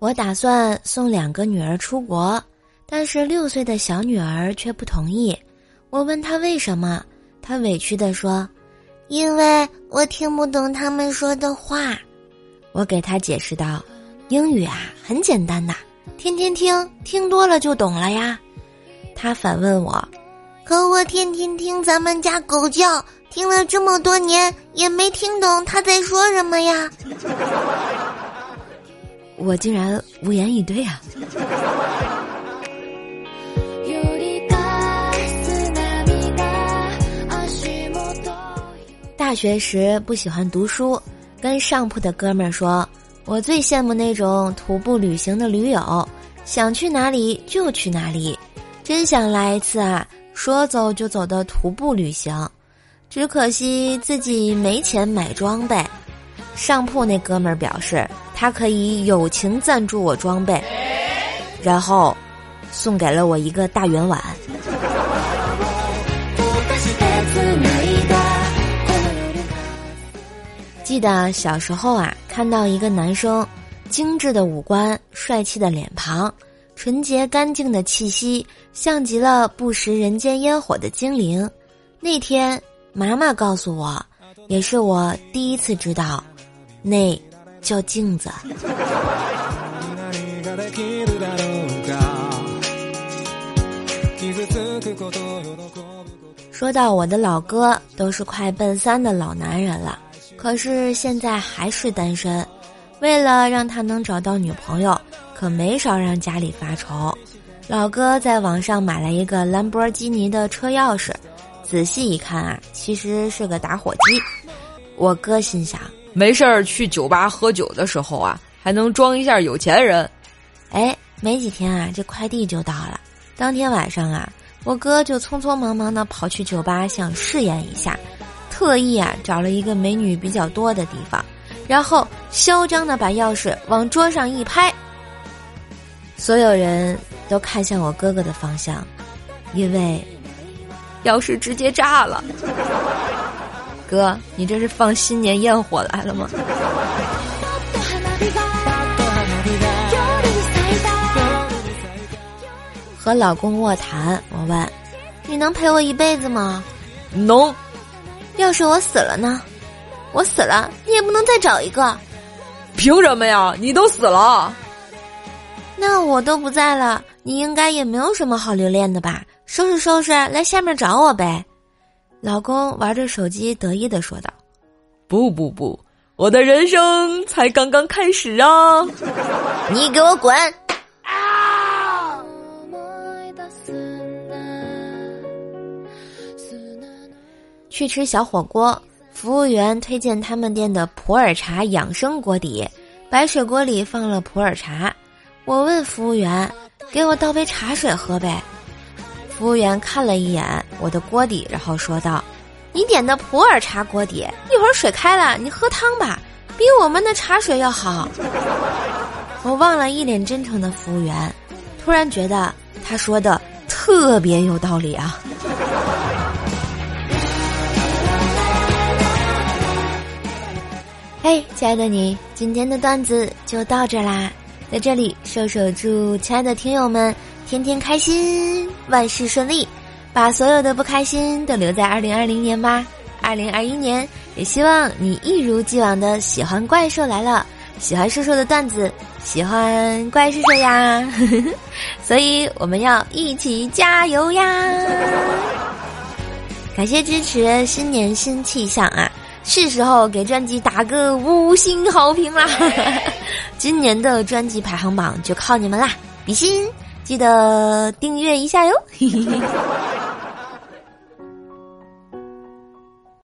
我打算送2个女儿出国，但是6岁的小女儿却不同意。我问她为什么，她委屈地说：“ 因为我听不懂他们说的话。” 我给她解释道：“英语啊，很简单的，天天听，听多了就懂了呀。”她反问我：“ 可我天天听咱们家狗叫，听了这么多年也没听懂他在说什么呀。” 我竟然无言以对啊。大学时不喜欢读书，跟上铺的哥们儿说，我最羡慕那种徒步旅行的驴友，想去哪里就去哪里，真想来一次啊，说走就走的徒步旅行。只可惜自己没钱买装备。上铺那哥们儿表示他可以友情赞助我装备，然后送给了我一个大圆碗。记得小时候啊，看到一个男生，精致的五官，帅气的脸庞，纯洁干净的气息，像极了不食人间烟火的精灵。那天妈妈告诉我，也是我第一次知道，那叫镜子。说到我的老哥，都是快奔3的老男人了，可是现在还是单身。为了让他能找到女朋友，可没少让家里发愁。老哥在网上买了一个兰博基尼的车钥匙，仔细一看啊，其实是个打火机。我哥心想， 没事儿去酒吧喝酒的时候啊，还能装一下有钱人。 哎，没几天啊，这快递就到了。当天晚上啊，我哥就匆匆忙忙地跑去酒吧想试验一下，特意啊找了一个美女比较多的地方，然后嚣张地把钥匙往桌上一拍。所有人都看向我哥哥的方向，因为钥匙直接炸了。哥，你这是放新年焰火来了吗？和老公卧谈，我问，你能陪我一辈子吗？ 能。 要是我死了呢？我死了，你也不能再找一个。 凭什么呀？你都死了。 那我都不在了，你应该也没有什么好留恋的吧？收拾收拾，来下面找我呗。老公玩着手机得意地说道， 不，我的人生才刚刚开始啊。 你给我滚。 去吃小火锅，服务员推荐他们店的普洱茶养生锅底，白水锅里放了普洱茶。我问服务员，给我倒杯茶水喝呗。服务员看了一眼我的锅底，然后说道，你点的普洱茶锅底，一会儿水开了你喝汤吧，比我们的茶水要好。我望了一脸真诚的服务员，突然觉得他说的特别有道理啊。嘿，亲爱的你，今天的段子就到这啦。在这里，瘦瘦祝亲爱的听友们天天开心，万事顺利，把所有的不开心都留在2020年吧。2021年，也希望你一如既往的喜欢怪兽来了，喜欢瘦瘦的段子，喜欢怪兽兽呀。所以我们要一起加油呀！感谢支持，新年新气象啊！是时候给专辑打个5星好评啦！今年的专辑排行榜就靠你们啦！比心，记得订阅一下哟！